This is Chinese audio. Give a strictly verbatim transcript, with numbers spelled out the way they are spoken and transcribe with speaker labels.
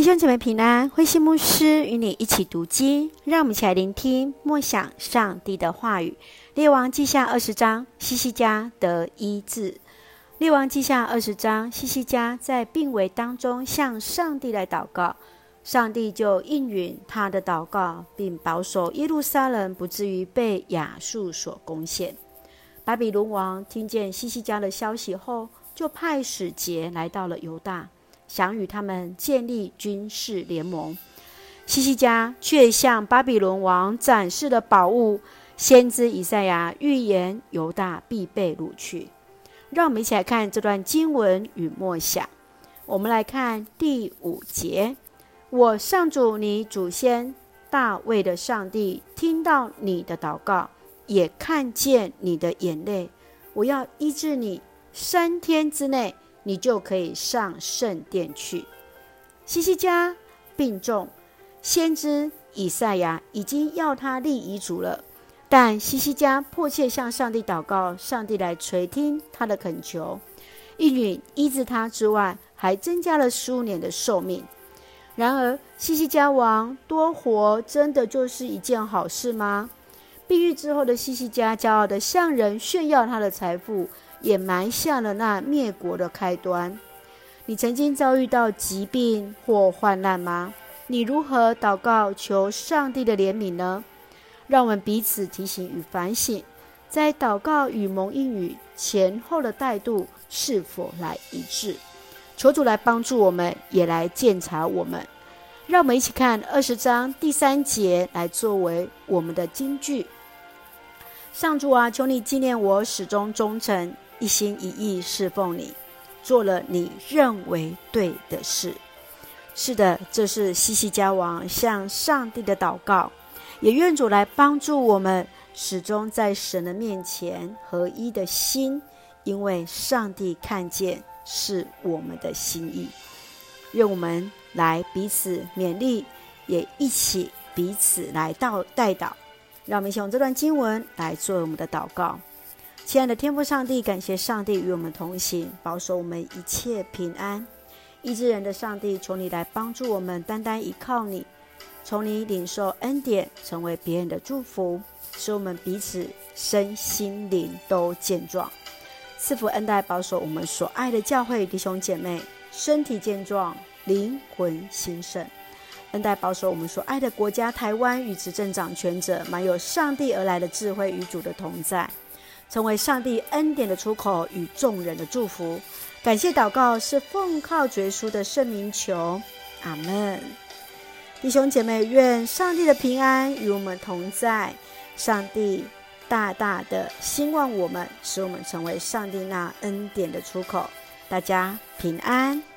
Speaker 1: 兄姐妹平安，慧馨牧师与你一起读经，让我们一起来聆听默想上帝的话语。列王记下二十章，希西家得医治。列王记下二十章，希西家在病危当中向上帝来祷告，上帝就应允他的祷告，并保守耶路撒冷不至于被亚述所攻陷。巴比伦王听见希西家的消息后，就派使节来到了犹大，想与他们建立军事联盟。希西家却向巴比伦王展示了宝物，先知以赛亚预言犹大必被掳去。让我们一起来看这段经文与默想。我们来看第五节：我上主你祖先大卫的上帝听到你的祷告，也看见你的眼泪，我要医治你，三天之内你就可以上圣殿去。希西家病重，先知以赛亚已经要他立遗嘱了，但希西家迫切向上帝祷告，上帝来垂听他的恳求，应允医治他之外，还增加了十五年的寿命。然而希西家王多活真的就是一件好事吗？病愈之后的希西家骄傲地向人炫耀他的财富，也埋下了那灭国的开端。你曾经遭遇到疾病或患难吗？你如何祷告求上帝的怜悯呢？让我们彼此提醒与反省，在祷告与蒙应语前后的态度是否来一致。求主来帮助我们，也来鉴察我们。让我们一起看二十章第三节来作为我们的金句。上主啊，求你纪念我始终忠诚，一心一意侍奉你，做了你认为对的事。是的，这是希西家王向上帝的祷告，也愿主来帮助我们始终在神的面前合一的心，因为上帝看见是我们的心意。愿我们来彼此勉励，也一起彼此来代祷。让我们一起用这段经文来做我们的祷告。亲爱的天父上帝，感谢上帝与我们同行，保守我们一切平安。医治人的上帝，求你来帮助我们，单单依靠你，从你领受恩典，成为别人的祝福，使我们彼此身心灵都健壮。赐福恩待保守我们所爱的教会弟兄姐妹身体健壮，灵魂兴盛。恩待保守我们所爱的国家台湾与执政掌权者满有上帝而来的智慧与主的同在，成为上帝恩典的出口与众人的祝福。感谢祷告是奉靠主耶稣的圣名求，阿们。弟兄姐妹，愿上帝的平安与我们同在，上帝大大的兴旺我们，使我们成为上帝那恩典的出口。大家平安。